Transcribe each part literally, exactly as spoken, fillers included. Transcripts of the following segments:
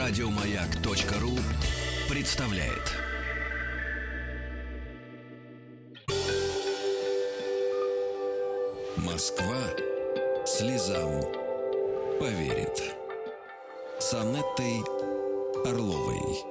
Радиомаяк.ру представляет. Москва слезам поверит. С Анеттой Орловой.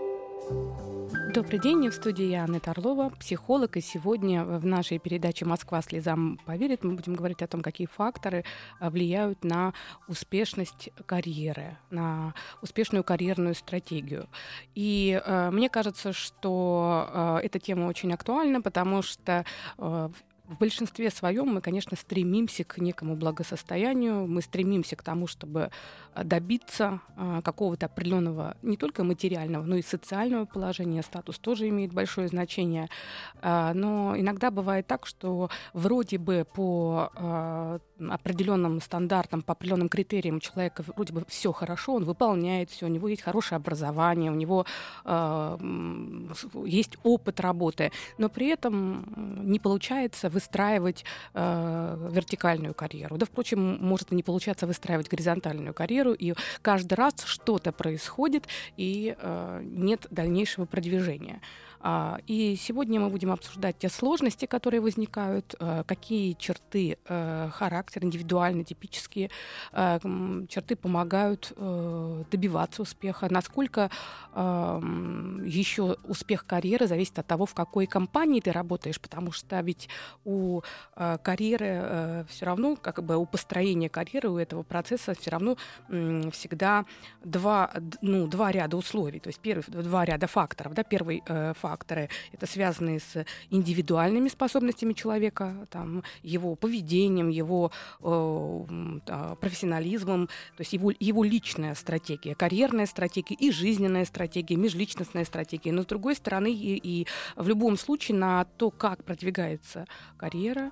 Добрый день, в студии я, Анетта Орлова, психолог, и сегодня в нашей передаче «Москва слезам поверит» мы будем говорить о том, какие факторы влияют на успешность карьеры, на успешную карьерную стратегию. И э, мне кажется, что э, эта тема очень актуальна, потому что э, в большинстве своем мы, конечно, стремимся к некому благосостоянию, мы стремимся к тому, чтобы добиться а, какого-то определенного не только материального, но и социального положения. Статус тоже имеет большое значение. А, но иногда бывает так, что вроде бы по а, определенным стандартам, по определенным критериям у человека вроде бы все хорошо, он выполняет все, у него есть хорошее образование, у него а, есть опыт работы, но при этом не получается выстраивать э, вертикальную карьеру. Да, впрочем, может и не получаться выстраивать горизонтальную карьеру, и каждый раз что-то происходит, и э, нет дальнейшего продвижения. А, и сегодня мы будем обсуждать те сложности, которые возникают, э, какие черты э, характера, индивидуально типические э, черты помогают э, добиваться успеха, насколько э, еще успех карьеры зависит от того, в какой компании ты работаешь, потому что ведь у э, карьеры э, все равно, как бы у построения карьеры, у этого процесса все равно э, всегда два, ну, два ряда условий, то есть первый, два ряда факторов. Да? Первый э, факторы — это связанные с индивидуальными способностями человека, там, его поведением, его э, э, профессионализмом, то есть его, его личная стратегия, карьерная стратегия и жизненная стратегия, межличностная стратегия. Но с другой стороны, и, и в любом случае на то, как продвигается карьера,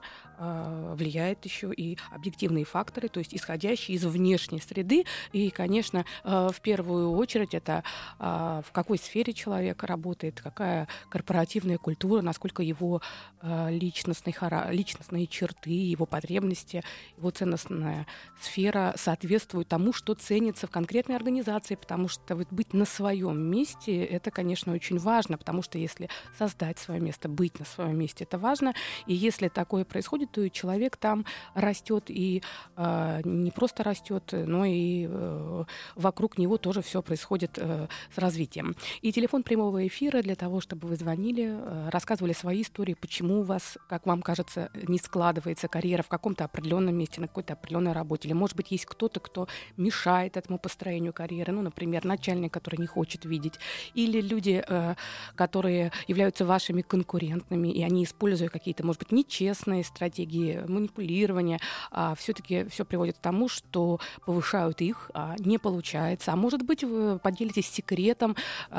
э, влияет еще и объективные факторы, то есть исходящие из внешней среды. И, конечно, э, в первую очередь это э, в какой сфере человек работает, какая корпоративная культура, насколько его э, личностные, хара- личностные черты, его потребности, его ценностная сфера соответствуют тому, что ценится в конкретной организации, потому что вот быть на своем месте — это, конечно, очень важно, потому что если создать свое место, быть на своем месте — это важно, и если такое происходит, то и человек там растет, и э, не просто растет, но и э, вокруг него тоже все происходит э, с развитием. И телефон прямого эфира для того, чтобы вы звонили, рассказывали свои истории, почему у вас, как вам кажется, не складывается карьера в каком-то определенном месте, на какой-то определенной работе. Или, может быть, есть кто-то, кто мешает этому построению карьеры. Ну, например, начальник, который не хочет видеть. Или люди, которые являются вашими конкурентами, и они, используя какие-то, может быть, нечестные стратегии манипулирования, все-таки все приводит к тому, что повышают их, а не получается. А может быть, вы поделитесь секретом,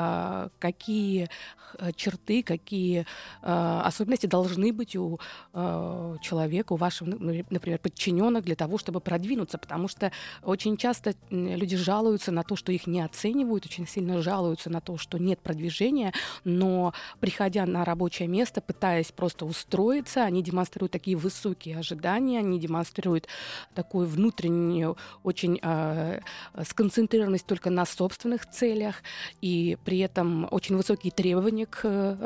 какие черты, какие э, особенности должны быть у э, человека, у ваших, например, подчиненных для того, чтобы продвинуться, потому что очень часто люди жалуются на то, что их не оценивают, очень сильно жалуются на то, что нет продвижения, но приходя на рабочее место, пытаясь просто устроиться, они демонстрируют такие высокие ожидания, они демонстрируют такую внутреннюю очень э, сконцентрированность только на собственных целях, и при этом очень высокие требования К,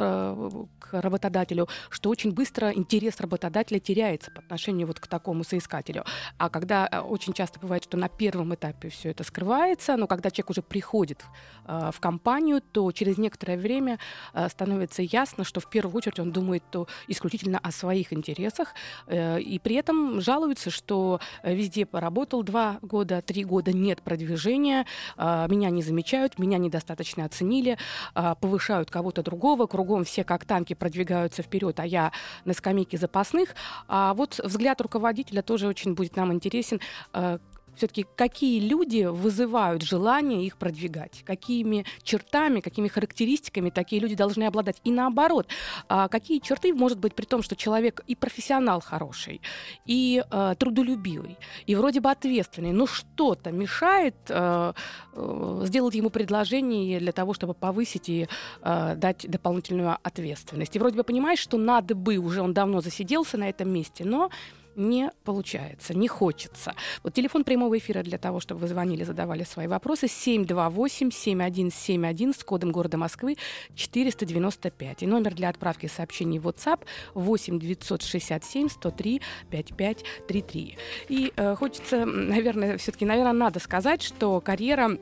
к работодателю, что очень быстро интерес работодателя теряется по отношению вот к такому соискателю. А когда очень часто бывает, что на первом этапе все это скрывается, но когда человек уже приходит э, в компанию, то через некоторое время э, становится ясно, что в первую очередь он думает то исключительно о своих интересах, э, и при этом жалуется, что везде поработал два года, три года, нет продвижения, э, меня не замечают, меня недостаточно оценили, э, повышают кого-то другого, кругом все как танки продвигаются вперед, а я на скамейке запасных. А вот взгляд руководителя тоже очень будет нам интересен. Все-таки какие люди вызывают желание их продвигать? Какими чертами, какими характеристиками такие люди должны обладать? И наоборот, какие черты, может быть, при том, что человек и профессионал хороший, и э, трудолюбивый, и вроде бы ответственный, но что-то мешает э, э, сделать ему предложение для того, чтобы повысить и э, дать дополнительную ответственность. И вроде бы понимаешь, что надо бы, уже он давно засиделся на этом месте, но не получается, не хочется. Вот телефон прямого эфира для того, чтобы вы звонили, задавали свои вопросы, семь два восемь семь один семь один с кодом города Москвы четыреста девяносто пять. И номер для отправки сообщений в WhatsApp восемь девятьсот шестьдесят семь сто три пятьдесят пять тридцать три. И э, хочется, наверное, все-таки, наверное, надо сказать, что карьера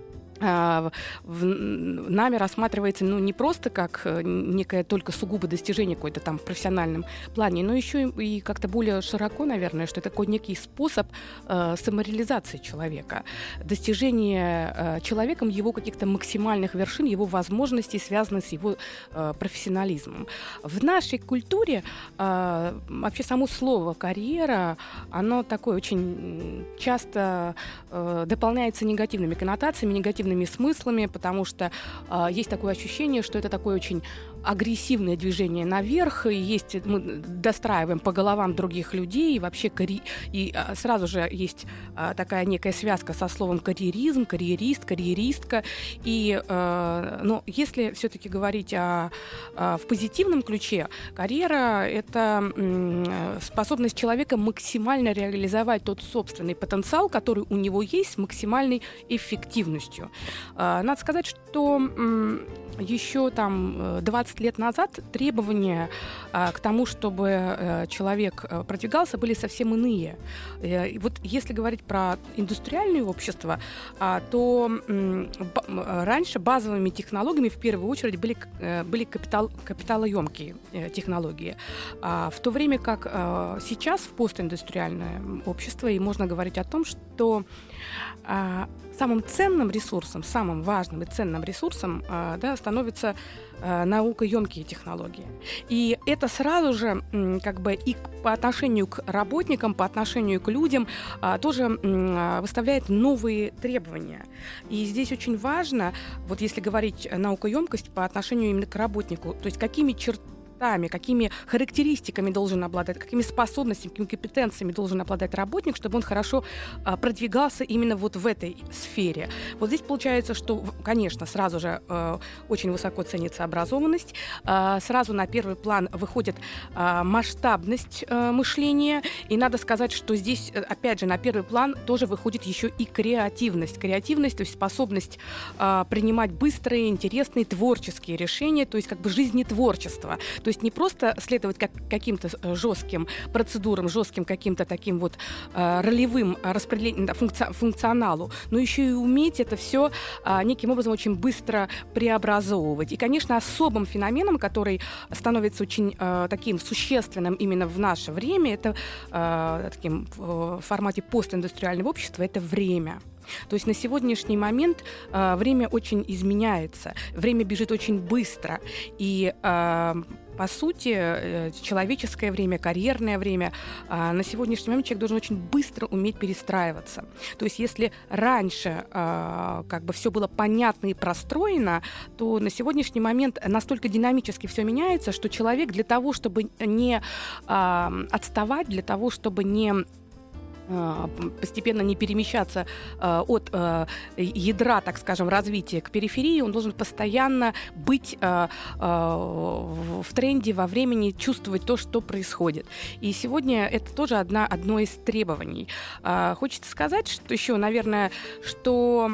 в, нами рассматривается, ну, не просто как некое только сугубо достижение какое-то там в профессиональном плане, но еще и, и как-то более широко, наверное, что это такой некий способ э, самореализации человека, достижение э, человеком его каких-то максимальных вершин, его возможностей, связанных с его э, профессионализмом. В нашей культуре э, вообще само слово «карьера», оно такое очень часто э, дополняется негативными коннотациями, негативными смыслами, потому что э, есть такое ощущение, что это такое очень агрессивное движение наверх, и есть, мы достраиваем по головам других людей, и вообще карьи... и а, сразу же есть а, такая некая связка со словом карьеризм, карьерист, карьеристка. И, а, но если все-таки говорить о, о, в позитивном ключе, карьера — это м, способность человека максимально реализовать тот собственный потенциал, который у него есть, с максимальной эффективностью. А, надо сказать, что м, еще там двадцать лет назад требования а, к тому, чтобы а, человек а, продвигался, были совсем иные. И вот если говорить про индустриальное общество, а, то м, б, раньше базовыми технологиями в первую очередь были, были капитал, капиталоемкие э, технологии. А, в то время как а, сейчас в постиндустриальное общество, и можно говорить о том, что а, самым ценным ресурсом, самым важным и ценным ресурсом а, да, становится а, наукоемкие технологии. И это сразу же м, как бы и по отношению к работникам, по отношению к людям а, тоже м, выставляет новые требования. И здесь очень важно, вот если говорить наукоемкость по отношению именно к работнику, то есть какими чертами, какими характеристиками должен обладать, какими способностями, какими компетенциями должен обладать работник, чтобы он хорошо а, продвигался именно вот в этой сфере. Вот здесь получается, что, конечно, сразу же а, очень высоко ценится образованность, а, сразу на первый план выходит а, масштабность а, мышления, и надо сказать, что здесь, опять же, на первый план тоже выходит еще и креативность. Креативность, то есть способность а, принимать быстрые, интересные, творческие решения, то есть как бы жизнетворчество. То есть не просто следовать как, каким-то жестким процедурам, жестким каким-то таким вот э, ролевым распределением, функци- функционалу, но еще и уметь это все э, неким образом очень быстро преобразовывать. И, конечно, особым феноменом, который становится очень э, таким существенным именно в наше время, это э, таким в формате постиндустриального общества, это время. То есть на сегодняшний момент э, время очень изменяется, время бежит очень быстро, и э, по сути э, человеческое время, карьерное время, э, на сегодняшний момент человек должен очень быстро уметь перестраиваться. То есть если раньше э, как бы все было понятно и простроено, то на сегодняшний момент настолько динамически все меняется, что человек для того, чтобы не э, отставать, для того, чтобы не постепенно не перемещаться э, от э, ядра, так скажем, развития к периферии, он должен постоянно быть э, э, в тренде, во времени, чувствовать то, что происходит. И сегодня это тоже одна, одно из требований. Э, хочется сказать, что еще, наверное, что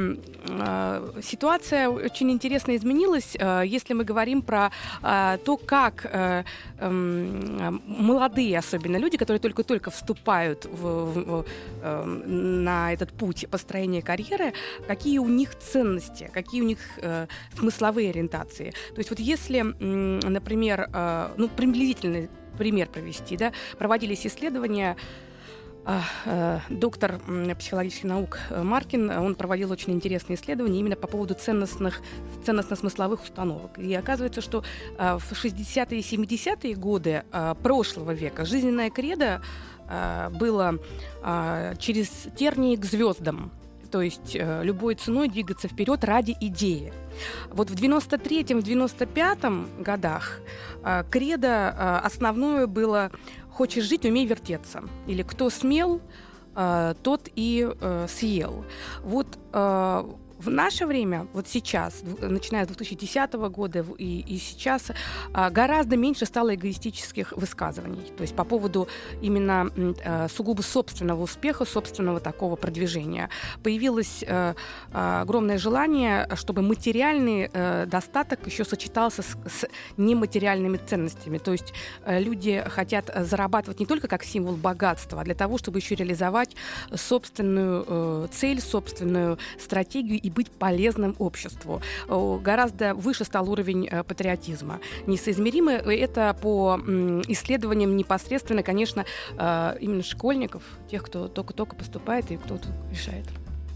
э, ситуация очень интересно изменилась, э, если мы говорим про э, то, как э, э, молодые, особенно люди, которые только-только вступают в В, э, на этот путь построения карьеры, какие у них ценности, какие у них э, смысловые ориентации. То есть вот если, м, например, э, ну, приблизительный пример провести, да, проводились исследования, э, э, доктор м, психологических наук Маркин, он проводил очень интересные исследования именно по поводу ценностных, ценностно-смысловых установок. И оказывается, что э, в шестидесятые и семидесятые годы э, прошлого века жизненная кредо было а, через тернии к звездам, то есть а, любой ценой двигаться вперед ради идеи. Вот в девяносто третьем, в девяносто пятом годах а, кредо а, основное было «хочешь жить, умей вертеться», или «кто смел, а, тот и а, съел». Вот а, в наше время, вот сейчас, начиная с две тысячи десятого года и, и сейчас, гораздо меньше стало эгоистических высказываний. То есть по поводу именно сугубо собственного успеха, собственного такого продвижения. Появилось огромное желание, чтобы материальный достаток еще сочетался с, с нематериальными ценностями. То есть люди хотят зарабатывать не только как символ богатства, а для того, чтобы еще реализовать собственную э, цель, собственную стратегию и быть полезным обществу. Э, гораздо выше стал уровень э, патриотизма. Несоизмеримы это по э, исследованиям непосредственно, конечно, э, именно школьников, тех, кто только-только поступает и кто решает.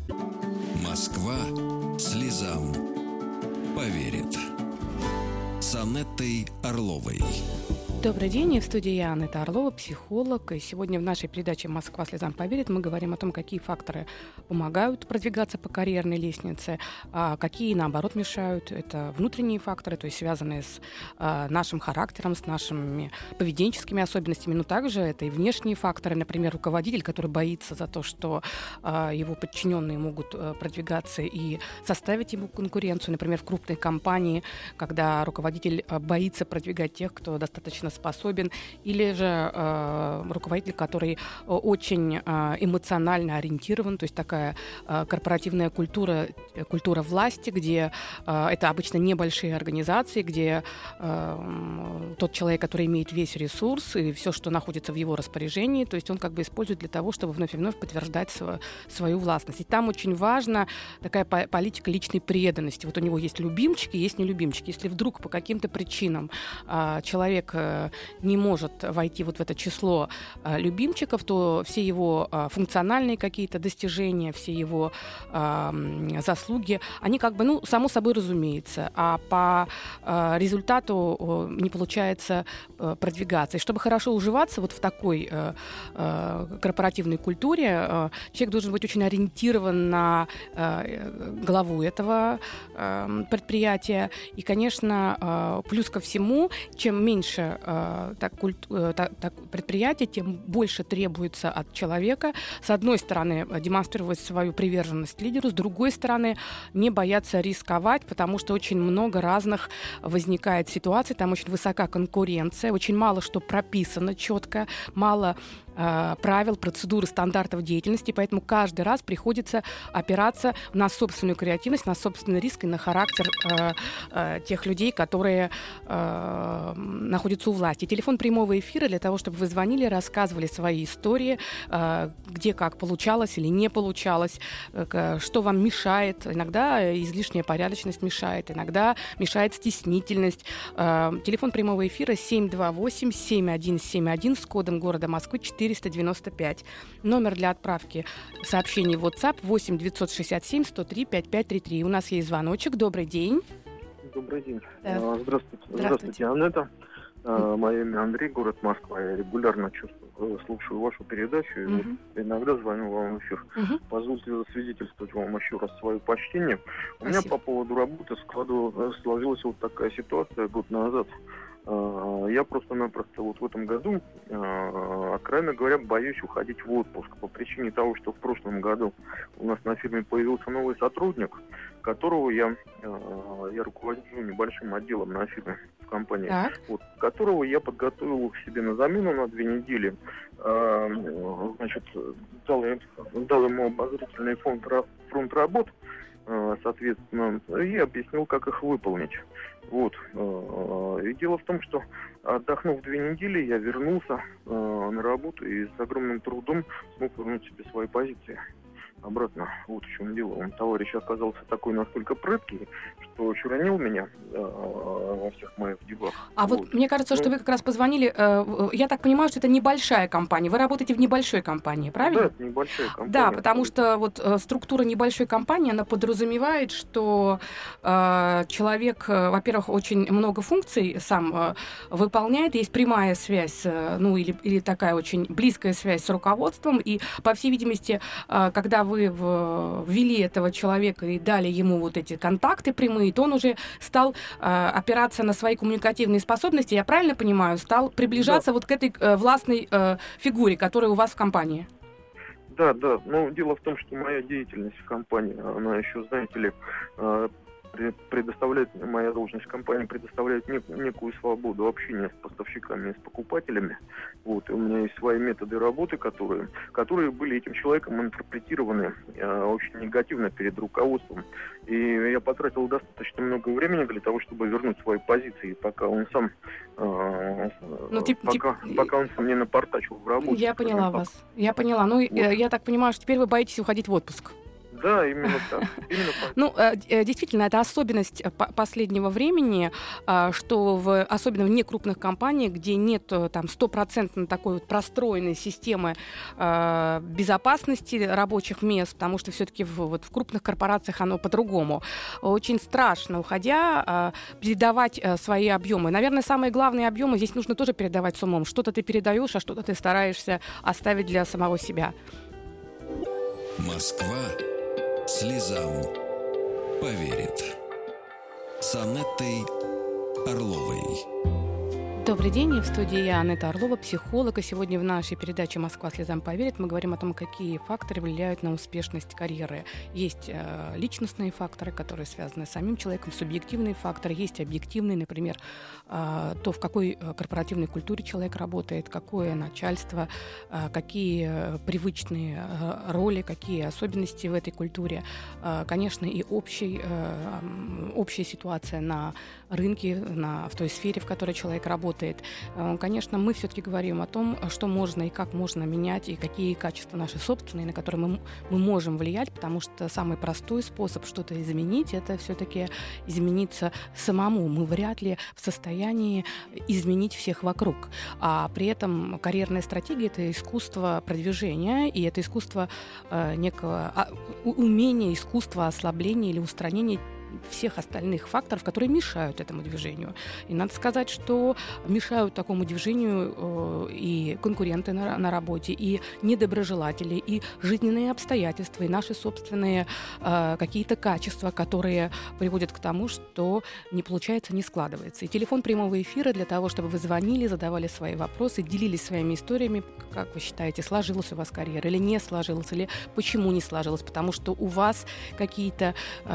Москва слезам поверит. С Анеттой Орловой. Добрый день, в студии я, Анетта Орлова, психолог. И сегодня в нашей передаче «Москва слезам поверит» мы говорим о том, какие факторы помогают продвигаться по карьерной лестнице, а какие, наоборот, мешают. Это внутренние факторы, то есть связанные с а, нашим характером, с нашими поведенческими особенностями, но также это и внешние факторы. Например, руководитель, который боится за то, что а, его подчиненные могут а, продвигаться и составить ему конкуренцию. Например, в крупной компании, когда руководитель а, боится продвигать тех, кто достаточно способен, или же э, руководитель, который очень э, эмоционально ориентирован, то есть такая э, корпоративная культура, культура власти, где э, это обычно небольшие организации, где э, тот человек, который имеет весь ресурс и все, что находится в его распоряжении, то есть он как бы использует для того, чтобы вновь и вновь подтверждать свою, свою властность. И там очень важна такая политика личной преданности. Вот у него есть любимчики, есть нелюбимчики. Если вдруг по каким-то причинам э, человек не может войти вот в это число а, любимчиков, то все его а, функциональные какие-то достижения, все его а, заслуги, они как бы, ну, само собой разумеется, а по а, результату а, не получается а, продвигаться. И чтобы хорошо уживаться вот в такой а, а, корпоративной культуре, а, человек должен быть очень ориентирован на а, главу этого а, предприятия. И, конечно, а, плюс ко всему, чем меньше Так, культ, так, так, предприятие, тем больше требуется от человека. С одной стороны, демонстрировать свою приверженность лидеру, с другой стороны, не бояться рисковать, потому что очень много разных возникает ситуаций, там очень высока конкуренция, очень мало что прописано четко, мало правил, процедуры, стандартов деятельности, поэтому каждый раз приходится опираться на собственную креативность, на собственный риск и на характер э, э, тех людей, которые э, находятся у власти. Телефон прямого эфира для того, чтобы вы звонили, рассказывали свои истории, э, где как получалось или не получалось, э, что вам мешает. Иногда излишняя порядочность мешает, иногда мешает стеснительность. Э, телефон прямого эфира семь два восемь семь один семь один с кодом города Москвы четыреста девяносто пять. Номер для отправки сообщений в WhatsApp восемь девятьсот шестьдесят семь сто три пятьдесят пять тридцать три. У нас есть звоночек. Добрый день. Добрый день. Да. Здравствуйте. Здравствуйте, Анетта. Мое имя Андрей, город Москва. Я регулярно чувствую, слушаю вашу передачу и uh-huh. вот иногда звоню вам в эфир. Uh-huh. Позвольте засвидетельствовать вам еще раз свое почтение. У Спасибо. Меня по поводу работы сложилась вот такая ситуация год назад. Я просто-напросто вот в этом году, откровенно говоря, боюсь уходить в отпуск по причине того, что в прошлом году у нас на фирме появился новый сотрудник, которого я, я руковожу небольшим отделом на фирме в компании, вот, которого я подготовил к себе на замену на две недели. Значит, дал, дал ему обозрительный фонд, фронт работ, соответственно, и объяснил, как их выполнить. Вот. И дело в том, что отдохнув две недели, я вернулся на работу и с огромным трудом смог вернуть себе свои позиции обратно. Вот в чем дело. Он, товарищ, оказался такой настолько прыткий, что чуранил меня э, во всех моих делах. А вот, вот мне кажется, ну, что вы как раз позвонили, э, я так понимаю, что это небольшая компания. Вы работаете в небольшой компании, правильно? Да, это небольшая компания. Да, потому что вот э, структура небольшой компании, она подразумевает, что э, человек, э, во-первых, очень много функций сам э, выполняет, есть прямая связь, э, ну или, или такая очень близкая связь с руководством, и, по всей видимости, э, когда вы ввели этого человека и дали ему вот эти контакты прямые, то он уже стал э, опираться на свои коммуникативные способности, я правильно понимаю, стал приближаться да. вот к этой э, властной э, фигуре, которая у вас в компании. Да, да. Но дело в том, что моя деятельность в компании, она еще, знаете ли, предоставляет, моя должность в компании предоставляет нек, некую свободу общения с поставщиками и с покупателями. Вот. И у меня есть свои методы работы, которые, которые были этим человеком интерпретированы э, очень негативно перед руководством. И я потратил достаточно много времени для того, чтобы вернуть свои позиции, пока он сам, э, ну, тип, пока, тип... пока он сам не напортачил в работе. Я поняла вас. Я поняла. Ну, вот. Я так понимаю, что теперь вы боитесь уходить в отпуск. Да, именно так. Именно так. Ну, действительно, это особенность последнего времени, что в, особенно в некрупных компаниях, где нет там стопроцентно такой вот простроенной системы безопасности рабочих мест, потому что все-таки в, вот, в крупных корпорациях оно по-другому. Очень страшно, уходя, передавать свои объемы. Наверное, самые главные объемы здесь нужно тоже передавать с умом. Что-то ты передаешь, а что-то ты стараешься оставить для самого себя. Москва слезам поверит. С Анеттой Орловой. Добрый день, в студии я, Анетта Орлова, психолог. И сегодня в нашей передаче «Москва слезам поверит» мы говорим о том, какие факторы влияют на успешность карьеры. Есть э, личностные факторы, которые связаны с самим человеком, субъективные факторы, есть объективные, например, э, то, в какой корпоративной культуре человек работает, какое начальство, э, какие привычные э, роли, какие особенности в этой культуре. Э, конечно, и общий, э, общая ситуация на рынке, на, в той сфере, в которой человек работает. Конечно, мы все-таки говорим о том, что можно и как можно менять, и какие качества наши собственные, на которые мы, мы можем влиять, потому что самый простой способ что-то изменить, это все-таки измениться самому. Мы вряд ли в состоянии изменить всех вокруг. А при этом карьерная стратегия — это искусство продвижения, и это искусство э, некого а, умения, искусство ослабления или устранения всех остальных факторов, которые мешают этому движению. И надо сказать, что мешают такому движению э, и конкуренты на, на работе, и недоброжелатели, и жизненные обстоятельства, и наши собственные э, какие-то качества, которые приводят к тому, что не получается, не складывается. И телефон прямого эфира для того, чтобы вы звонили, задавали свои вопросы, делились своими историями, как вы считаете, сложилась у вас карьера или не сложилась, или почему не сложилась, потому что у вас какие-то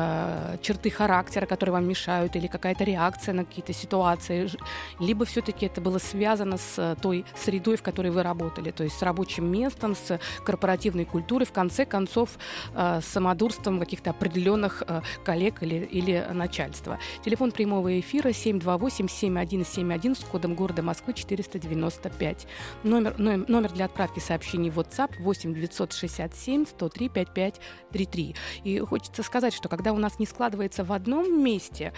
э, черты характера, которые вам мешают, или какая-то реакция на какие-то ситуации, либо все-таки это было связано с той средой, в которой вы работали, то есть с рабочим местом, с корпоративной культурой, в конце концов, с самодурством каких-то определенных коллег или, или начальства. Телефон прямого эфира семь два восемь семь один семь один с кодом города Москвы четыреста девяносто пять. Номер, номер, номер для отправки сообщений в WhatsApp восемь девятьсот шестьдесят семь сто три пятьдесят пять тридцать три. И хочется сказать, что когда у нас не складывается в одном месте,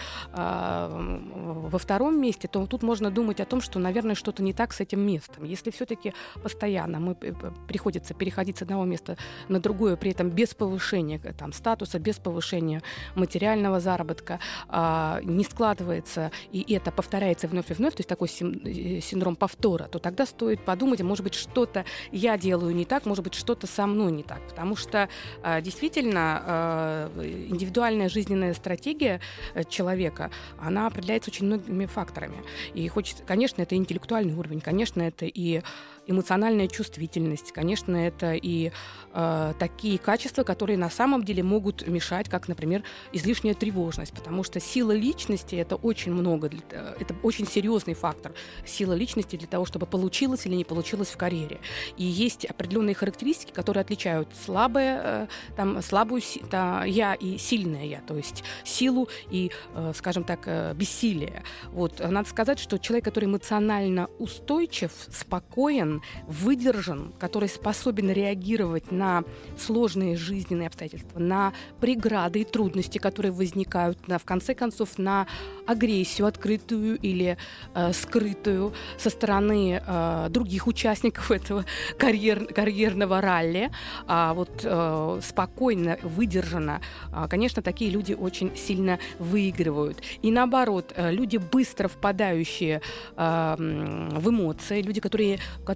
э, во втором месте, то тут можно думать о том, что, наверное, что-то не так с этим местом. Если все-таки постоянно мы приходится переходить с одного места на другое, при этом без повышения там, статуса, без повышения материального заработка, э, не складывается, и это повторяется вновь и вновь, то есть такой синдром повтора, то тогда стоит подумать, может быть, что-то я делаю не так, может быть, что-то со мной не так. Потому что э, действительно э, индивидуальная жизненная стратегия человека, она определяется очень многими факторами. И хочется, конечно, это интеллектуальный уровень, конечно, это и эмоциональная чувствительность, конечно, это и э, такие качества, которые на самом деле могут мешать, как, например, излишняя тревожность, потому что сила личности — это очень много, это очень серьезный фактор. Сила личности для того, чтобы получилось или не получилось в карьере. И есть определенные характеристики, которые отличают слабое, э, там, слабую та, я и сильное я, то есть силу и, э, скажем так, э, бессилие. Вот. Надо сказать, что человек, который эмоционально устойчив, спокоен, выдержан, который способен реагировать на сложные жизненные обстоятельства, на преграды и трудности, которые возникают, на, в конце концов, на агрессию открытую или э, скрытую со стороны э, других участников этого карьер, карьерного ралли. А вот э, спокойно, выдержанно, э, конечно, такие люди очень сильно выигрывают. И наоборот, э, люди, быстро впадающие э, в эмоции, люди, которые, у которых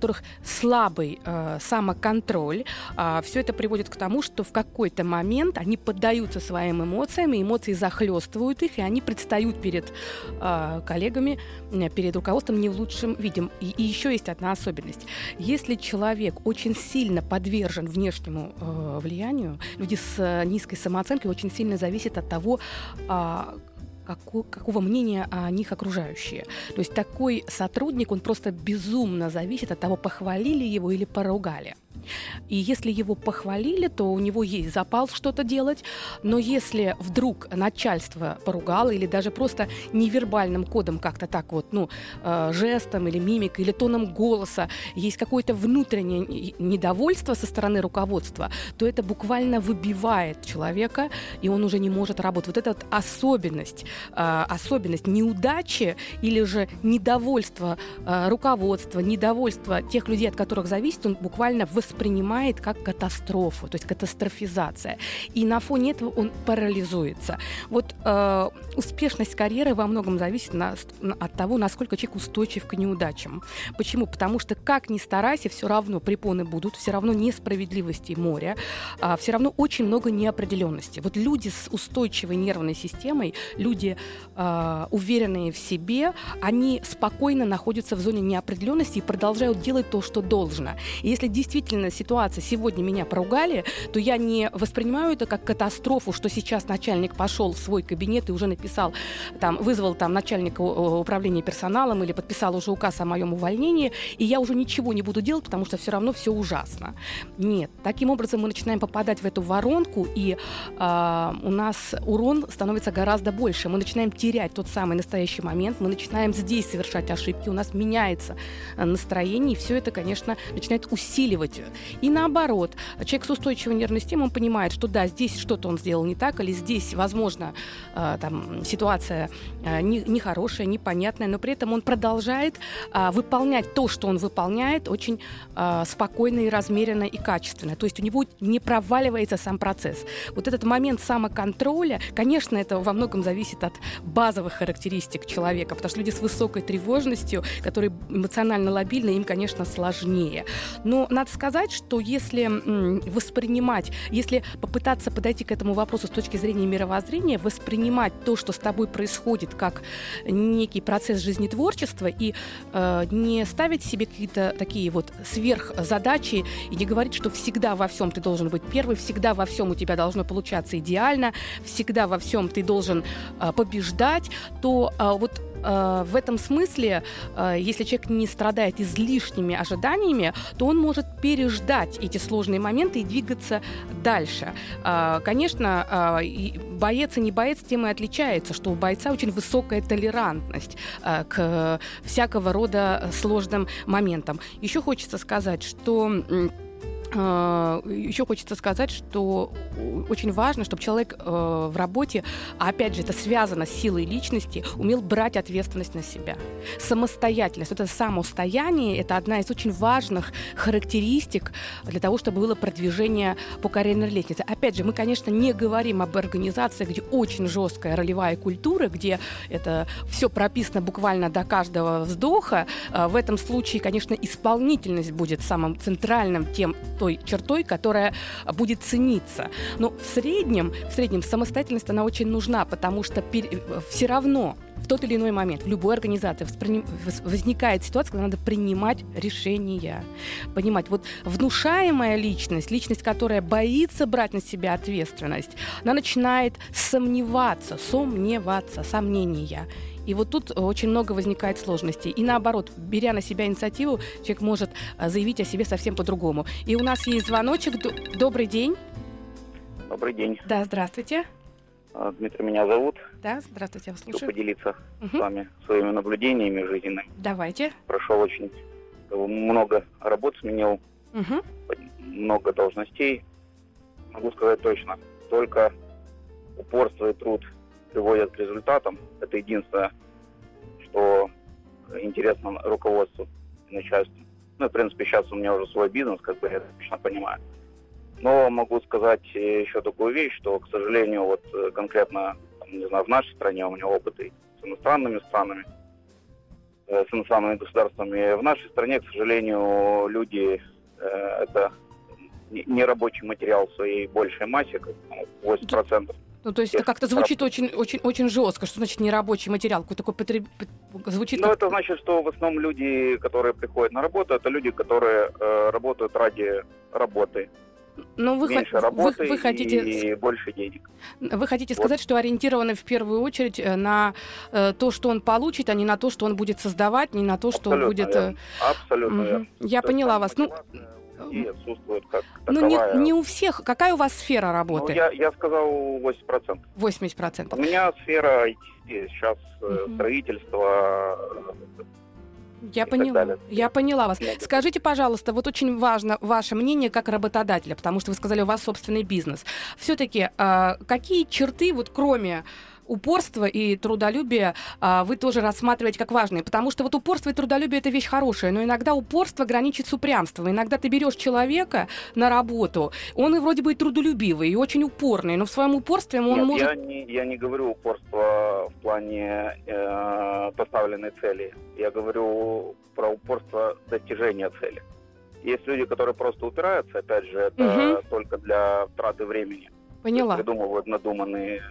которых слабый э, самоконтроль, э, все это приводит к тому, что в какой-то момент они поддаются своим эмоциям, и эмоции захлестывают их, и они предстают перед э, коллегами, перед руководством не в лучшем виде. И, и еще есть одна особенность. Если человек очень сильно подвержен внешнему э, влиянию, люди с э, низкой самооценкой, очень сильно зависит от того, э, Какого, какого мнения о них окружающие. То есть такой сотрудник, он просто безумно зависит от того, похвалили его или поругали. И если его похвалили, то у него есть запал что-то делать, но если вдруг начальство поругало или даже просто невербальным кодом как-то так вот, ну, э, жестом или мимикой, или тоном голоса есть какое-то внутреннее недовольство со стороны руководства, то это буквально выбивает человека, и он уже не может работать. Вот эта вот особенность, э, особенность неудачи или же недовольство э, руководства, недовольство тех людей, от которых зависит, он буквально воспринимает как катастрофу, то есть катастрофизация. И на фоне этого он парализуется. Вот э, успешность карьеры во многом зависит на, от того, насколько человек устойчив к неудачам. Почему? Потому что как ни старайся, все равно препоны будут, все равно несправедливости моря, э, все равно очень много неопределенности. Вот люди с устойчивой нервной системой, люди э, уверенные в себе, они спокойно находятся в зоне неопределенности и продолжают делать то, что должно. И если действительно ситуация, сегодня меня поругали, то я не воспринимаю это как катастрофу, что сейчас начальник пошел в свой кабинет и уже написал, там, вызвал там начальника управления персоналом или подписал уже указ о моем увольнении, и я уже ничего не буду делать, потому что все равно все ужасно. Нет. Таким образом мы начинаем попадать в эту воронку, и э, у нас урон становится гораздо больше. Мы начинаем терять тот самый настоящий момент, мы начинаем здесь совершать ошибки, у нас меняется настроение, и все это, конечно, начинает усиливать. И наоборот, человек с устойчивой нервной системой, он понимает, что да, здесь что-то он сделал не так, или здесь, возможно, э, там, ситуация э, не, нехорошая, непонятная, но при этом он продолжает э, выполнять то, что он выполняет, очень э, спокойно и размеренно и качественно. То есть у него не проваливается сам процесс. Вот этот момент самоконтроля, конечно, это во многом зависит от базовых характеристик человека, потому что люди с высокой тревожностью, которые эмоционально лобильны, им, конечно, сложнее. Но надо сказать, что если м, воспринимать, если попытаться подойти к этому вопросу с точки зрения мировоззрения, воспринимать то, что с тобой происходит, как некий процесс жизнетворчества, и э, не ставить себе какие-то такие вот сверхзадачи и не говорить, что всегда во всем ты должен быть первый, всегда во всем у тебя должно получаться идеально, всегда во всем ты должен э, побеждать, то э, вот в этом смысле, если человек не страдает излишними ожиданиями, то он может переждать эти сложные моменты и двигаться дальше. Конечно, боец и не боец тем и отличается, что у бойца очень высокая толерантность к всякого рода сложным моментам. Еще хочется сказать, что... Еще хочется сказать, что очень важно, чтобы человек э, в работе, а опять же, это связано с силой личности, умел брать ответственность на себя. Самостоятельность, это самостояние, это одна из очень важных характеристик для того, чтобы было продвижение по карьерной лестнице. Опять же, мы, конечно, не говорим об организации, где очень жесткая ролевая культура, где это все прописано буквально до каждого вздоха. В этом случае, конечно, исполнительность будет самым центральным тем, той чертой, которая будет цениться. Но в среднем, в среднем самостоятельность, она очень нужна, потому что пер... все равно в тот или иной момент в любой организации воспри... возникает ситуация, когда надо принимать решения. Понимать, вот внушаемая личность, личность, которая боится брать на себя ответственность, она начинает сомневаться, сомневаться, сомнения. И вот тут очень много возникает сложностей. И наоборот, беря на себя инициативу, человек может заявить о себе совсем по-другому. И у нас есть звоночек. Добрый день. Добрый день. Да, здравствуйте. Дмитрий меня зовут. Да, здравствуйте, я вас слушаю. Хочу поделиться угу. с вами своими наблюдениями жизненными. Давайте. Прошел очень много работ, сменил угу. много должностей. Могу сказать точно, только упорство и труд приводят к результатам. Это единственное, что интересно руководству и начальству. Ну, в принципе, сейчас у меня уже свой бизнес, как бы я это точно понимаю. Но могу сказать еще такую вещь, что, к сожалению, вот конкретно, там, не знаю, в нашей стране у меня опыт и с иностранными странами. с иностранными государствами. В нашей стране, к сожалению, люди э, это не рабочий материал в своей большей массе, как восемьдесят процентов. Ну, то есть это как-то звучит очень, очень, очень жестко. Что значит нерабочий материал? Какой такой потреб... звучит? Ну, как... это значит, что в основном люди, которые приходят на работу, это люди, которые э, работают ради работы. Но вы Меньше х... работы вы, вы хотите... и больше денег. Вы хотите вот. сказать, что ориентированы в первую очередь на э, то, что он получит, а не на то, что он будет создавать, не на то, что Абсолютно он будет... Верно. Абсолютно угу. верно. Я то поняла вас. Ну, и отсутствует как ну таковая... не, не у всех. Какая у вас сфера работы? Ну, я, я сказал восемьдесят процентов. восемьдесят процентов. У меня сфера ай ти, сейчас угу. строительство... Я поняла. Я поняла вас. Скажите, пожалуйста, вот очень важно ваше мнение как работодателя, потому что вы сказали, у вас собственный бизнес. Все-таки э, какие черты, вот кроме упорства и трудолюбия, э, вы тоже рассматриваете как важные? Потому что вот упорство и трудолюбие — это вещь хорошая, но иногда упорство граничит с упрямством. Иногда ты берешь человека на работу, он и вроде бы и трудолюбивый, и очень упорный, но в своем упорстве он Нет, может... я не, я не говорю упорство в плане э, поставленной цели. Я говорю про упорство достижения цели. Есть люди, которые просто упираются, опять же, это угу. только для траты времени. Поняла. Придумывают надуманные...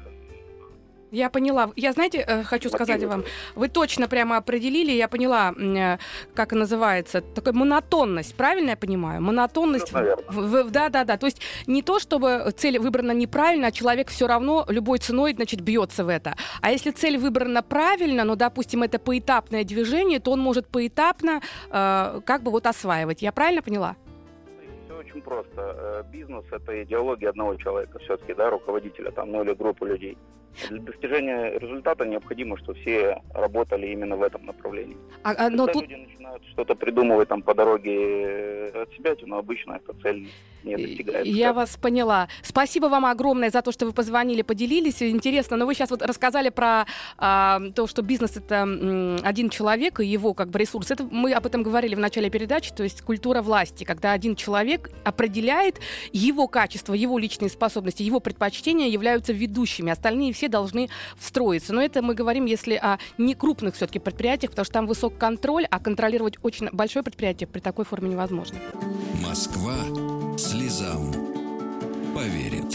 Я поняла. Я, знаете, хочу мотивы. сказать вам, вы точно прямо определили, я поняла, как называется, такая монотонность, правильно я понимаю? Монотонность. Да-да-да. То есть не то, чтобы цель выбрана неправильно, а человек все равно любой ценой, значит, бьется в это. А если цель выбрана правильно, ну, допустим, это поэтапное движение, то он может поэтапно э, как бы вот осваивать. Я правильно поняла? Очень просто. Бизнес — это идеология одного человека все-таки, да, руководителя там, ну или группы людей. Для достижения результата необходимо, чтобы все работали именно в этом направлении. А, а, но Когда тут... люди начинают что-то придумывать там по дороге от себя, но обычно эта цель не достигается. Я вас поняла. Спасибо вам огромное за то, что вы позвонили, поделились. Интересно, но вы сейчас вот рассказали про а, то, что бизнес — это м, один человек и его как бы ресурс. Это мы об этом говорили в начале передачи, то есть культура власти, когда один человек определяет, его качество, его личные способности, его предпочтения являются ведущими, остальные все должны встроиться. Но это мы говорим, если о не крупных все-таки предприятиях, потому что там высок контроль, а контролировать очень большое предприятие при такой форме невозможно. Москва слезам поверит.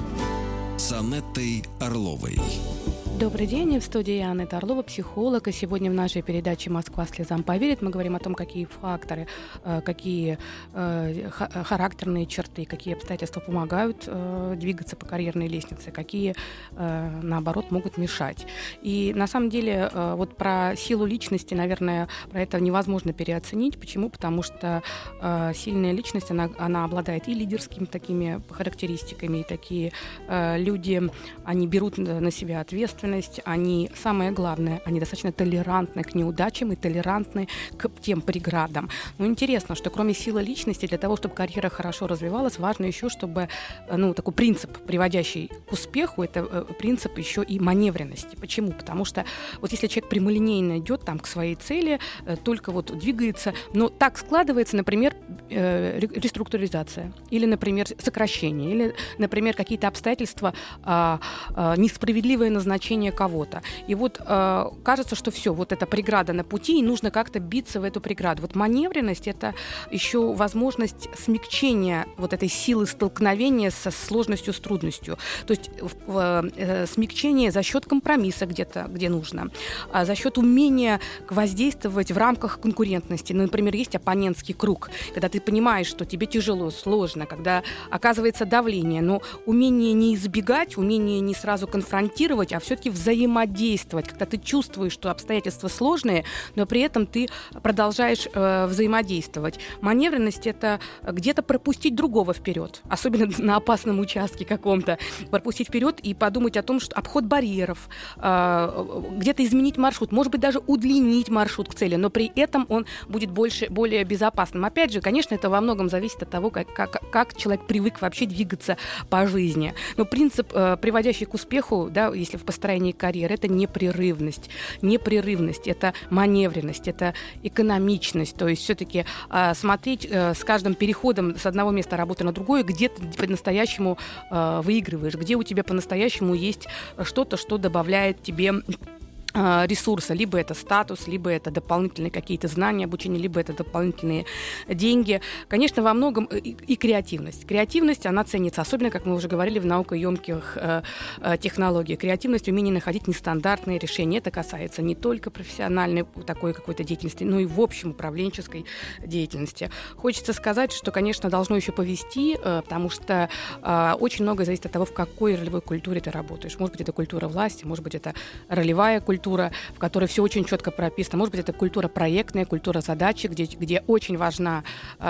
С Анеттой Орловой. Добрый день, в студии Анетта Орлова, психолог. И сегодня в нашей передаче «Москва слезам поверит» мы говорим о том, какие факторы, какие характерные черты, какие обстоятельства помогают двигаться по карьерной лестнице, какие, наоборот, могут мешать. И на самом деле вот про силу личности, наверное, про это невозможно переоценить. Почему? Потому что сильная личность, она, она обладает и лидерскими такими характеристиками, и такие люди, они берут на себя ответственность, они, самое главное, они достаточно толерантны к неудачам и толерантны к тем преградам. Но интересно, что кроме силы личности, для того, чтобы карьера хорошо развивалась, важно еще, чтобы, ну, такой принцип, приводящий к успеху, это принцип еще и маневренности. Почему? Потому что вот если человек прямолинейно идет там к своей цели, только вот двигается, но так складывается, например, реструктуризация, или, например, сокращение, или, например, какие-то обстоятельства, несправедливое назначение кого-то. И вот э, кажется, что все, вот эта преграда на пути, и нужно как-то биться в эту преграду. Вот маневренность — это еще возможность смягчения вот этой силы столкновения со сложностью, с трудностью. То есть э, э, смягчение за счет компромисса где-то, где нужно, а за счет умения воздействовать в рамках конкурентности. Ну, например, есть оппонентский круг, когда ты понимаешь, что тебе тяжело, сложно, когда оказывается давление, но умение не избегать, умение не сразу конфронтировать, а все-таки взаимодействовать, когда ты чувствуешь, что обстоятельства сложные, но при этом ты продолжаешь э, взаимодействовать. Маневренность — это где-то пропустить другого вперед, особенно на опасном участке каком-то, пропустить вперед и подумать о том, что обход барьеров, э, где-то изменить маршрут, может быть, даже удлинить маршрут к цели, но при этом он будет больше, более безопасным. Опять же, конечно, это во многом зависит от того, как, как, как человек привык вообще двигаться по жизни. Но принцип, э, приводящий к успеху, да, если в построении карьеры, это непрерывность. Непрерывность — это маневренность, это экономичность. То есть все-таки э, смотреть э, с каждым переходом с одного места работы на другое, где ты по-настоящему э, выигрываешь, где у тебя по-настоящему есть что-то, что добавляет тебе ресурса, либо это статус, либо это дополнительные какие-то знания, обучение, либо это дополнительные деньги. Конечно, во многом и, и креативность. Креативность, она ценится, особенно, как мы уже говорили, в наукоемких э, э, технологиях. Креативность, умение находить нестандартные решения. Это касается не только профессиональной такой какой-то деятельности, но и в общем управленческой деятельности. Хочется сказать, что, конечно, должно еще повести, э, потому что э, очень многое зависит от того, в какой ролевой культуре ты работаешь. Может быть, это культура власти, может быть, это ролевая культура, культура, в которой все очень четко прописано. Может быть, это культура проектная, культура задачи, где, где очень важна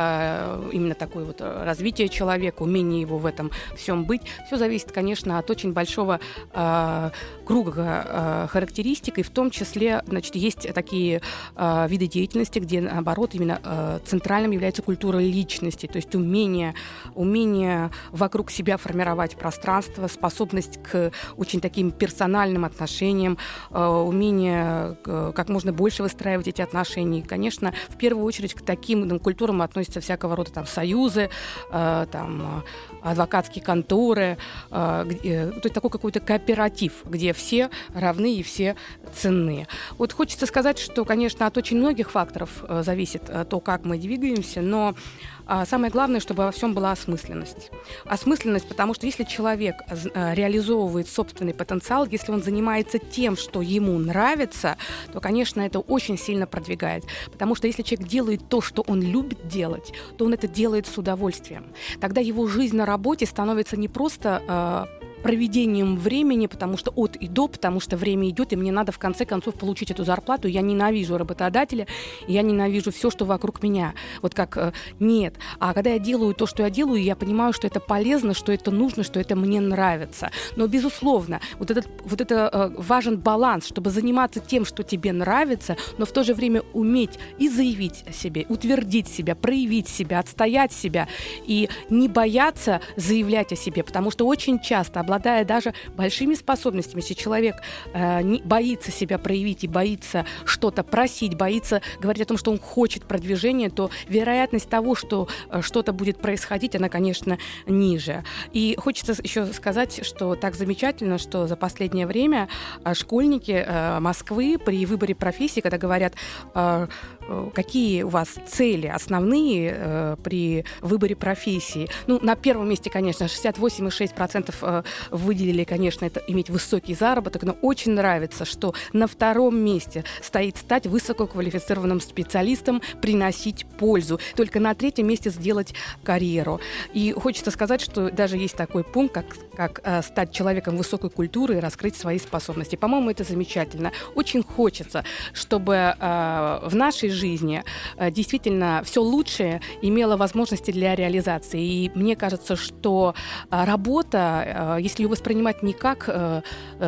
э, именно такое вот развитие человека, умение его в этом всем быть. Все зависит, конечно, от очень большого э, круга э, характеристик, и в том числе, значит, есть такие э, виды деятельности, где, наоборот, именно э, центральным является культура личности, то есть умение, умение вокруг себя формировать пространство, способность к очень таким персональным отношениям, э, умение как можно больше выстраивать эти отношения. И, конечно, в первую очередь к таким ну, культурам относятся всякого рода там, союзы, э, там, адвокатские конторы, э, где, то есть такой какой-то кооператив, где все равны и все ценны. Вот хочется сказать, что, конечно, от очень многих факторов э, зависит э, то, как мы двигаемся, но А самое главное, чтобы во всем была осмысленность. Осмысленность, потому что если человек реализовывает собственный потенциал, если он занимается тем, что ему нравится, то, конечно, это очень сильно продвигает. Потому что если человек делает то, что он любит делать, то он это делает с удовольствием. Тогда его жизнь на работе становится не просто э, проведением времени, потому что от и до, потому что время идет, и мне надо в конце концов получить эту зарплату. Я ненавижу работодателя, я ненавижу все, что вокруг меня. Вот как э, нет. А когда я делаю то, что я делаю, я понимаю, что это полезно, что это нужно, что это мне нравится. Но, безусловно, вот, этот, вот это э, важен баланс, чтобы заниматься тем, что тебе нравится, но в то же время уметь и заявить о себе, утвердить себя, проявить себя, отстоять себя и не бояться заявлять о себе, потому что очень часто, обладая даже большими способностями, если человек э, не, боится себя проявить и боится что-то просить, боится говорить о том, что он хочет продвижения, то вероятность того, что э, что-то будет происходить, она, конечно, ниже. И хочется еще сказать, что так замечательно, что за последнее время э, школьники э, Москвы при выборе профессии, когда говорят, э, э, какие у вас цели основные э, при выборе профессии, ну, на первом месте, конечно, шестьдесят восемь целых шесть десятых процента э, выделили, конечно, это иметь высокий заработок, но очень нравится, что на втором месте стоит стать высококвалифицированным специалистом, приносить пользу. Только на третьем месте сделать карьеру. И хочется сказать, что даже есть такой пункт, как, как э, стать человеком высокой культуры и раскрыть свои способности. По-моему, это замечательно. Очень хочется, чтобы э, в нашей жизни э, действительно все лучшее имело возможности для реализации. И мне кажется, что э, работа, э, если ее воспринимать не как э,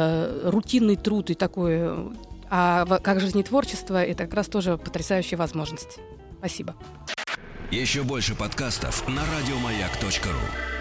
э, рутинный труд и такой, а как жизнетворчество, это как раз тоже потрясающая возможность. Спасибо. Еще больше подкастов на радиомаяк точка ру.